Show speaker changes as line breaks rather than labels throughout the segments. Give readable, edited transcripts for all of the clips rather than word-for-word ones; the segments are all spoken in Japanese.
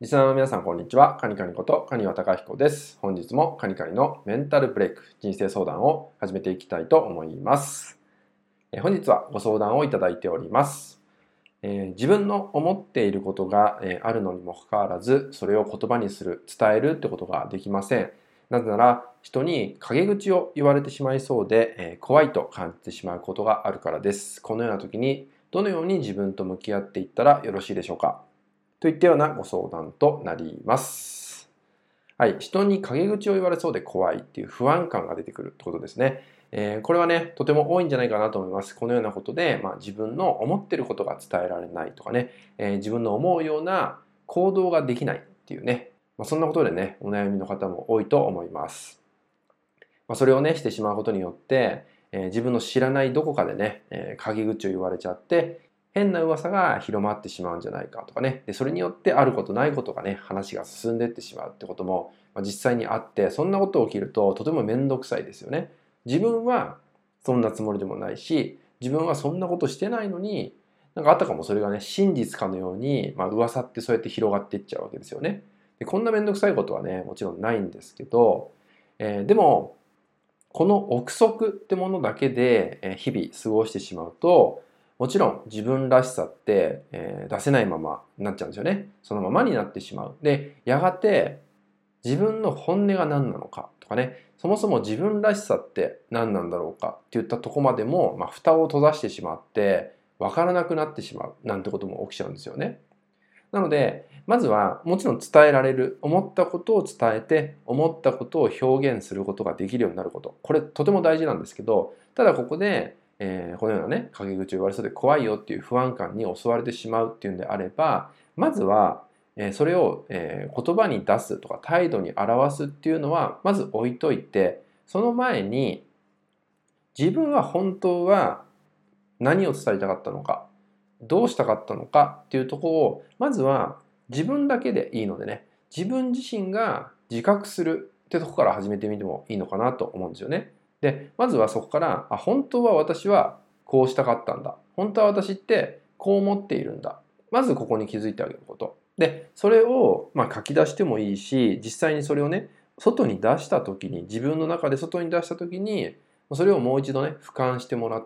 リスナーの皆さん、こんにちは。カニカニことカニワタカヒコです。本日もカニカニのメンタルブレイク人生相談を始めていきたいと思います。本日はご相談をいただいております。自分の思っていることがあるのにもかかわらず、それを言葉にする、伝えるってことができません。なぜなら、人に陰口を言われてしまいそうで、怖いと感じてしまうことがあるからです。このような時に、どのように自分と向き合っていったらよろしいでしょうか。といったようなご相談となります。はい、人に陰口を言われそうで怖いっていう不安感が出てくるってことですね。これはね、とても多いんじゃないかなと思います。このようなことで、自分の思ってることが伝えられないとかね、自分の思うような行動ができないっていうね、そんなことでね、お悩みの方も多いと思います。それをね、してしまうことによって、自分の知らないどこかでね、陰口を言われちゃって、変な噂が広まってしまうんじゃないかとかね。で、それによってあることないことがね、話が進んでいってしまうってことも、実際にあって、そんなこと起きるととてもめんどくさいですよね。自分はそんなつもりでもないし、自分はそんなことしてないのに、なんかあたかもそれがね、真実かのように、噂ってそうやって広がっていっちゃうわけですよね。で、こんなめんどくさいことはね、もちろんないんですけど、でも、この憶測ってものだけで日々過ごしてしまうと、もちろん自分らしさって出せないままになっちゃうんですよね。そのままになってしまう。で、やがて自分の本音が何なのかとかね、そもそも自分らしさって何なんだろうかっていったとこまでも、蓋を閉ざしてしまって分からなくなってしまうなんてことも起きちゃうんですよね。なので、まずはもちろん伝えられる、思ったことを伝えて、思ったことを表現することができるようになること。これとても大事なんですけど、ただここで、このようなね、陰口を言われそうで怖いよっていう不安感に襲われてしまうっていうんであれば、まずは、それを、言葉に出すとか態度に表すっていうのは、まず置いといて、その前に自分は本当は何を伝えたかったのか、どうしたかったのかっていうところを、まずは自分だけでいいのでね、自分自身が自覚するってとこから始めてみてもいいのかなと思うんですよね。で、まずはそこから、本当は私はこうしたかったんだ。本当は私ってこう思っているんだ。まずここに気づいてあげること。で、それを書き出してもいいし、実際にそれをね、外に出した時に、自分の中で外に出した時に、それをもう一度ね、俯瞰してもらって、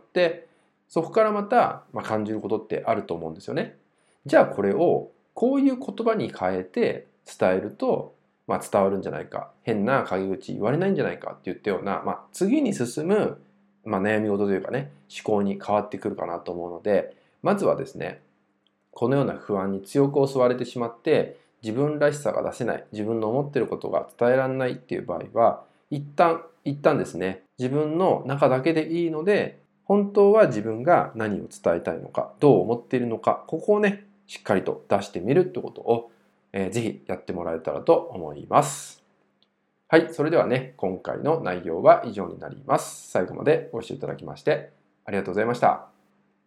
そこからまた、感じることってあると思うんですよね。じゃあこれをこういう言葉に変えて伝えると、伝わるんじゃないか。変な陰口言われないんじゃないかって言ったような、次に進む、悩み事というかね、思考に変わってくるかなと思うので、まずはですね、このような不安に強く襲われてしまって、自分らしさが出せない、自分の思っていることが伝えられないっていう場合は、一旦ですね、自分の中だけでいいので、本当は自分が何を伝えたいのか、どう思っているのか、ここをね、しっかりと出してみるってことを、ぜひやってもらえたらと思います。はい、それではね、今回の内容は以上になります。最後までご視聴いただきましてありがとうございました。